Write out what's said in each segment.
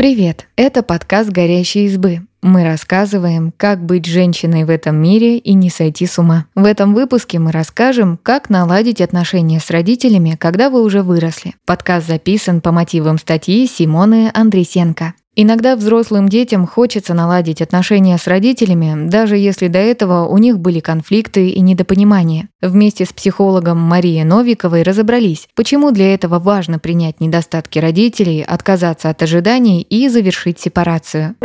Привет! Это подкаст «Горящие избы». Мы рассказываем, как быть женщиной в этом мире и не сойти с ума. В этом выпуске мы расскажем, как наладить отношения с родителями, когда вы уже выросли. Подкаст записан по мотивам статьи Симоны Андресенко. Иногда взрослым детям хочется наладить отношения с родителями, даже если до этого у них были конфликты и недопонимания. Вместе с психологом Марией Новиковой разобрались, почему для этого важно принять недостатки родителей, отказаться от ожиданий и завершить сепарацию.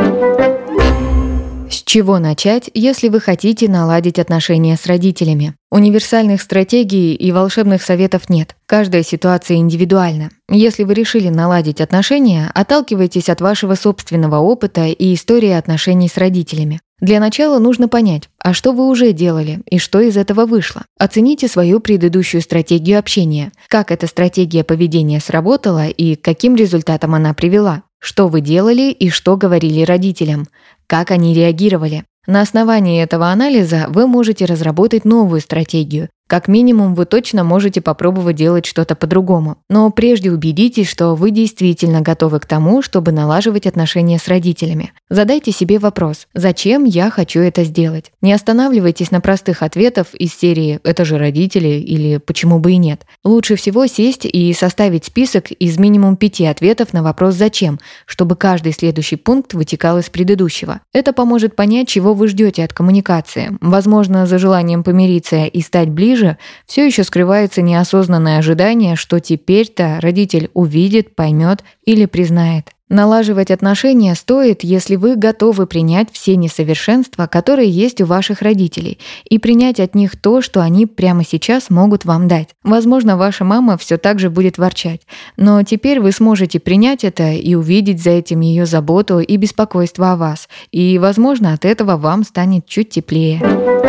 С чего начать, если вы хотите наладить отношения с родителями? Универсальных стратегий и волшебных советов нет. Каждая ситуация индивидуальна. Если вы решили наладить отношения, отталкивайтесь от вашего собственного опыта и истории отношений с родителями. Для начала нужно понять, а что вы уже делали и что из этого вышло. Оцените свою предыдущую стратегию общения. Как эта стратегия поведения сработала и к каким результатам она привела. Что вы делали и что говорили родителям. Как они реагировали. На основании этого анализа вы можете разработать новую стратегию. Как минимум, вы точно можете попробовать делать что-то по-другому. Но прежде убедитесь, что вы действительно готовы к тому, чтобы налаживать отношения с родителями. Задайте себе вопрос: «Зачем я хочу это сделать?» Не останавливайтесь на простых ответах из серии «это же родители» или «почему бы и нет». Лучше всего сесть и составить список из минимум 5 ответов на вопрос «зачем?», чтобы каждый следующий пункт вытекал из предыдущего. Это поможет понять, чего вы ждете от коммуникации. Возможно, за желанием помириться и стать ближе все еще скрывается неосознанное ожидание, что теперь-то родитель увидит, поймет или признает. Налаживать отношения стоит, если вы готовы принять все несовершенства, которые есть у ваших родителей, и принять от них то, что они прямо сейчас могут вам дать. Возможно, ваша мама все так же будет ворчать, но теперь вы сможете принять это и увидеть за этим ее заботу и беспокойство о вас, и, возможно, от этого вам станет чуть теплее.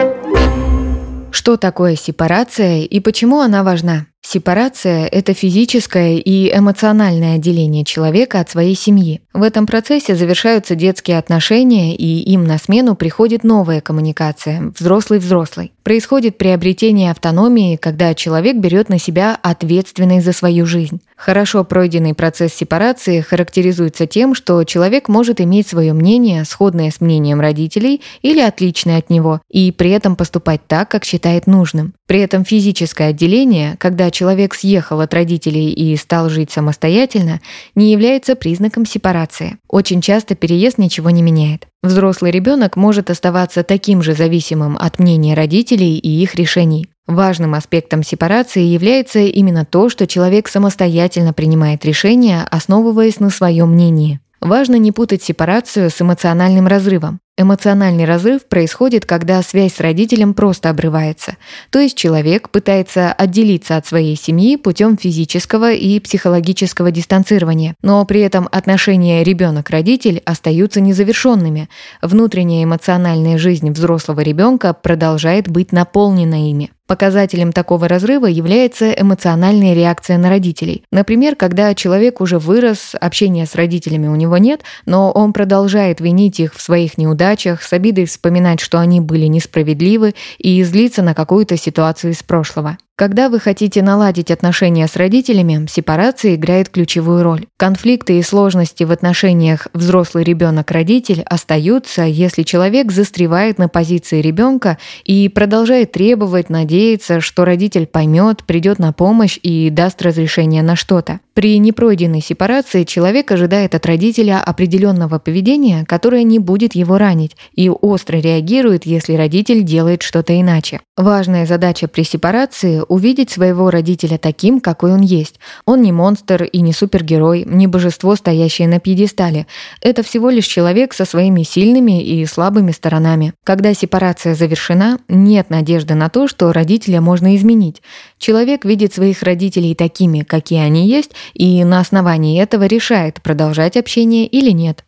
Что такое сепарация и почему она важна? Сепарация – это физическое и эмоциональное отделение человека от своей семьи. В этом процессе завершаются детские отношения, и им на смену приходит новая коммуникация – взрослый-взрослый. Происходит приобретение автономии, когда человек берет на себя ответственность за свою жизнь. Хорошо пройденный процесс сепарации характеризуется тем, что человек может иметь свое мнение, сходное с мнением родителей или отличное от него, и при этом поступать так, как считает нужным. При этом физическое отделение, когда человек съехал от родителей и стал жить самостоятельно, не является признаком сепарации. Очень часто переезд ничего не меняет. Взрослый ребенок может оставаться таким же зависимым от мнения родителей и их решений. Важным аспектом сепарации является именно то, что человек самостоятельно принимает решения, основываясь на своем мнении. Важно не путать сепарацию с эмоциональным разрывом. Эмоциональный разрыв происходит, когда связь с родителем просто обрывается. То есть человек пытается отделиться от своей семьи путем физического и психологического дистанцирования, но при этом отношения ребенок-родитель остаются незавершенными. Внутренняя эмоциональная жизнь взрослого ребенка продолжает быть наполнена ими. Показателем такого разрыва является эмоциональная реакция на родителей. Например, когда человек уже вырос, общения с родителями у него нет, но он продолжает винить их в своих неудачах, с обидой вспоминать, что они были несправедливы, и злиться на какую-то ситуацию из прошлого. Когда вы хотите наладить отношения с родителями, сепарация играет ключевую роль. Конфликты и сложности в отношениях взрослый ребенок-родитель остаются, если человек застревает на позиции ребенка и продолжает требовать, надеяться, что родитель поймет, придет на помощь и даст разрешение на что-то. При непройденной сепарации человек ожидает от родителя определенного поведения, которое не будет его ранить, и остро реагирует, если родитель делает что-то иначе. Важная задача при сепарации – увидеть своего родителя таким, какой он есть. Он не монстр и не супергерой, не божество, стоящее на пьедестале. Это всего лишь человек со своими сильными и слабыми сторонами. Когда сепарация завершена, нет надежды на то, что родителя можно изменить. Человек видит своих родителей такими, какие они есть, и на основании этого решает, продолжать общение или нет.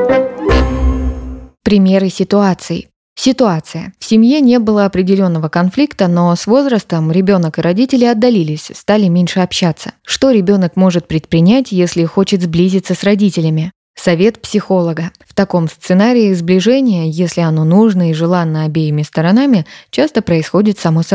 Примеры ситуаций. Ситуация. В семье не было определенного конфликта, но с возрастом ребенок и родители отдалились, стали меньше общаться. Что ребенок может предпринять, если хочет сблизиться с родителями? Совет психолога. В таком сценарии сближение, если оно нужно и желанно обеими сторонами, часто происходит само собой.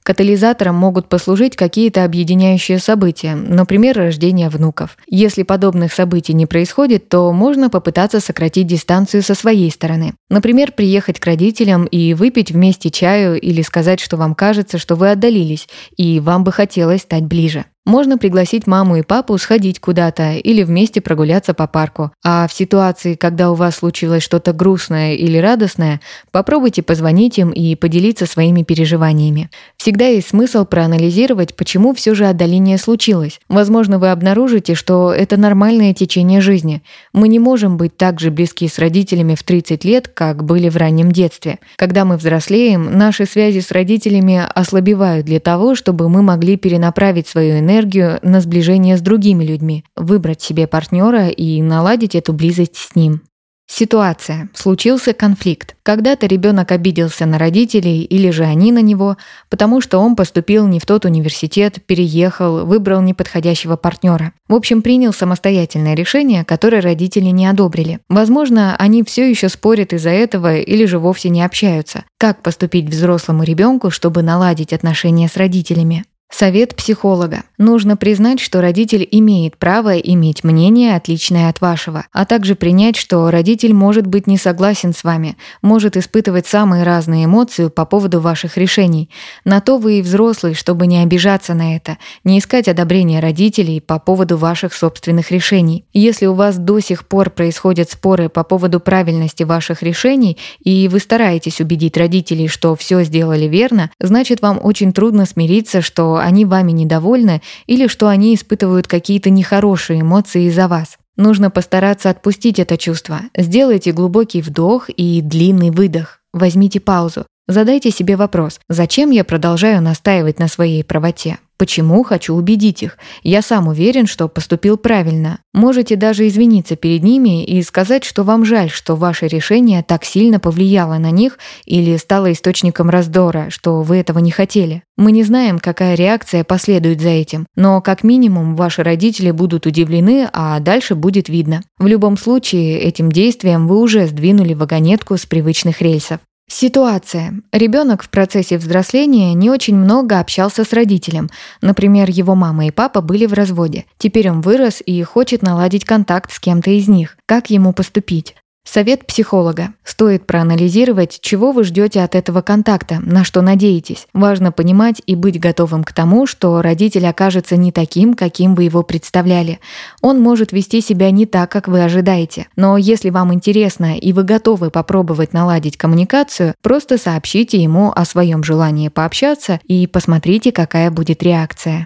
Катализатором могут послужить какие-то объединяющие события, например, рождение внуков. Если подобных событий не происходит, то можно попытаться сократить дистанцию со своей стороны. Например, приехать к родителям и выпить вместе чаю или сказать, что вам кажется, что вы отдалились, и вам бы хотелось стать ближе. Можно пригласить маму и папу сходить куда-то или вместе прогуляться по парку. А в ситуации, когда у вас случилось что-то грустное или радостное, попробуйте позвонить им и поделиться своими переживаниями. Всегда есть смысл проанализировать, почему все же отдаление случилось. Возможно, вы обнаружите, что это нормальное течение жизни. Мы не можем быть так же близки с родителями в 30 лет, как были в раннем детстве. Когда мы взрослеем, наши связи с родителями ослабевают для того, чтобы мы могли перенаправить свою энергию на сближение с другими людьми, выбрать себе партнера и наладить эту близость с ним. Ситуация. Случился конфликт. Когда-то ребенок обиделся на родителей или же они на него, потому что он поступил не в тот университет, переехал, выбрал неподходящего партнера. В общем, принял самостоятельное решение, которое родители не одобрили. Возможно, они все еще спорят из-за этого или же вовсе не общаются. Как поступить взрослому ребенку, чтобы наладить отношения с родителями? Совет психолога. Нужно признать, что родитель имеет право иметь мнение, отличное от вашего, а также принять, что родитель может быть не согласен с вами, может испытывать самые разные эмоции по поводу ваших решений. На то вы и взрослый, чтобы не обижаться на это, не искать одобрения родителей по поводу ваших собственных решений. Если у вас до сих пор происходят споры по поводу правильности ваших решений, и вы стараетесь убедить родителей, что все сделали верно, значит, вам очень трудно смириться, что они вами недовольны или что они испытывают какие-то нехорошие эмоции из-за вас. Нужно постараться отпустить это чувство. Сделайте глубокий вдох и длинный выдох. Возьмите паузу. Задайте себе вопрос: зачем я продолжаю настаивать на своей правоте? Почему хочу убедить их? Я сам уверен, что поступил правильно. Можете даже извиниться перед ними и сказать, что вам жаль, что ваше решение так сильно повлияло на них или стало источником раздора, что вы этого не хотели. Мы не знаем, какая реакция последует за этим, но как минимум ваши родители будут удивлены, а дальше будет видно. В любом случае, этим действием вы уже сдвинули вагонетку с привычных рельсов. Ситуация. Ребенок в процессе взросления не очень много общался с родителем. Например, его мама и папа были в разводе. Теперь он вырос и хочет наладить контакт с кем-то из них. Как ему поступить? Совет психолога. Стоит проанализировать, чего вы ждете от этого контакта, на что надеетесь. Важно понимать и быть готовым к тому, что родитель окажется не таким, каким вы его представляли. Он может вести себя не так, как вы ожидаете. Но если вам интересно и вы готовы попробовать наладить коммуникацию, просто сообщите ему о своем желании пообщаться и посмотрите, какая будет реакция.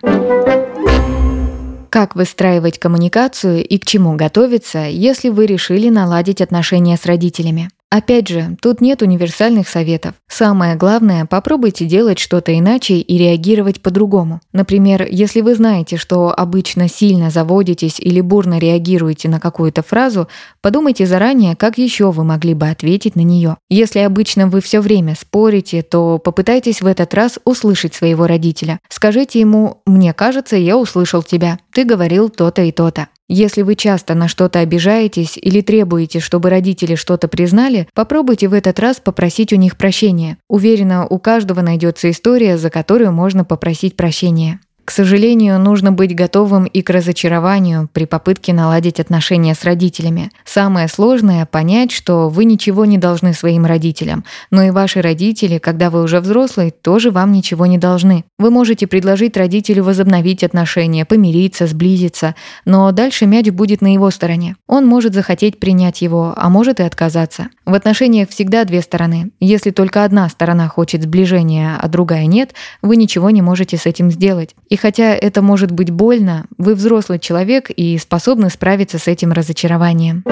Как выстраивать коммуникацию и к чему готовиться, если вы решили наладить отношения с родителями? Опять же, тут нет универсальных советов. Самое главное, попробуйте делать что-то иначе и реагировать по-другому. Например, если вы знаете, что обычно сильно заводитесь или бурно реагируете на какую-то фразу, подумайте заранее, как еще вы могли бы ответить на нее. Если обычно вы все время спорите, то попытайтесь в этот раз услышать своего родителя. Скажите ему: «Мне кажется, я услышал тебя. Ты говорил то-то и то-то». Если вы часто на что-то обижаетесь или требуете, чтобы родители что-то признали, попробуйте в этот раз попросить у них прощения. Уверена, у каждого найдется история, за которую можно попросить прощения. К сожалению, нужно быть готовым и к разочарованию при попытке наладить отношения с родителями. Самое сложное – понять, что вы ничего не должны своим родителям, но и ваши родители, когда вы уже взрослый, тоже вам ничего не должны. Вы можете предложить родителю возобновить отношения, помириться, сблизиться, но дальше мяч будет на его стороне. Он может захотеть принять его, а может и отказаться. В отношениях всегда две стороны. Если только одна сторона хочет сближения, а другая нет, вы ничего не можете с этим сделать. И хотя это может быть больно, вы взрослый человек и способны справиться с этим разочарованием.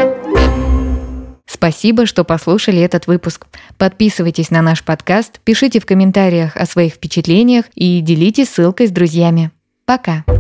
Спасибо, что послушали этот выпуск. Подписывайтесь на наш подкаст, пишите в комментариях о своих впечатлениях и делитесь ссылкой с друзьями. Пока!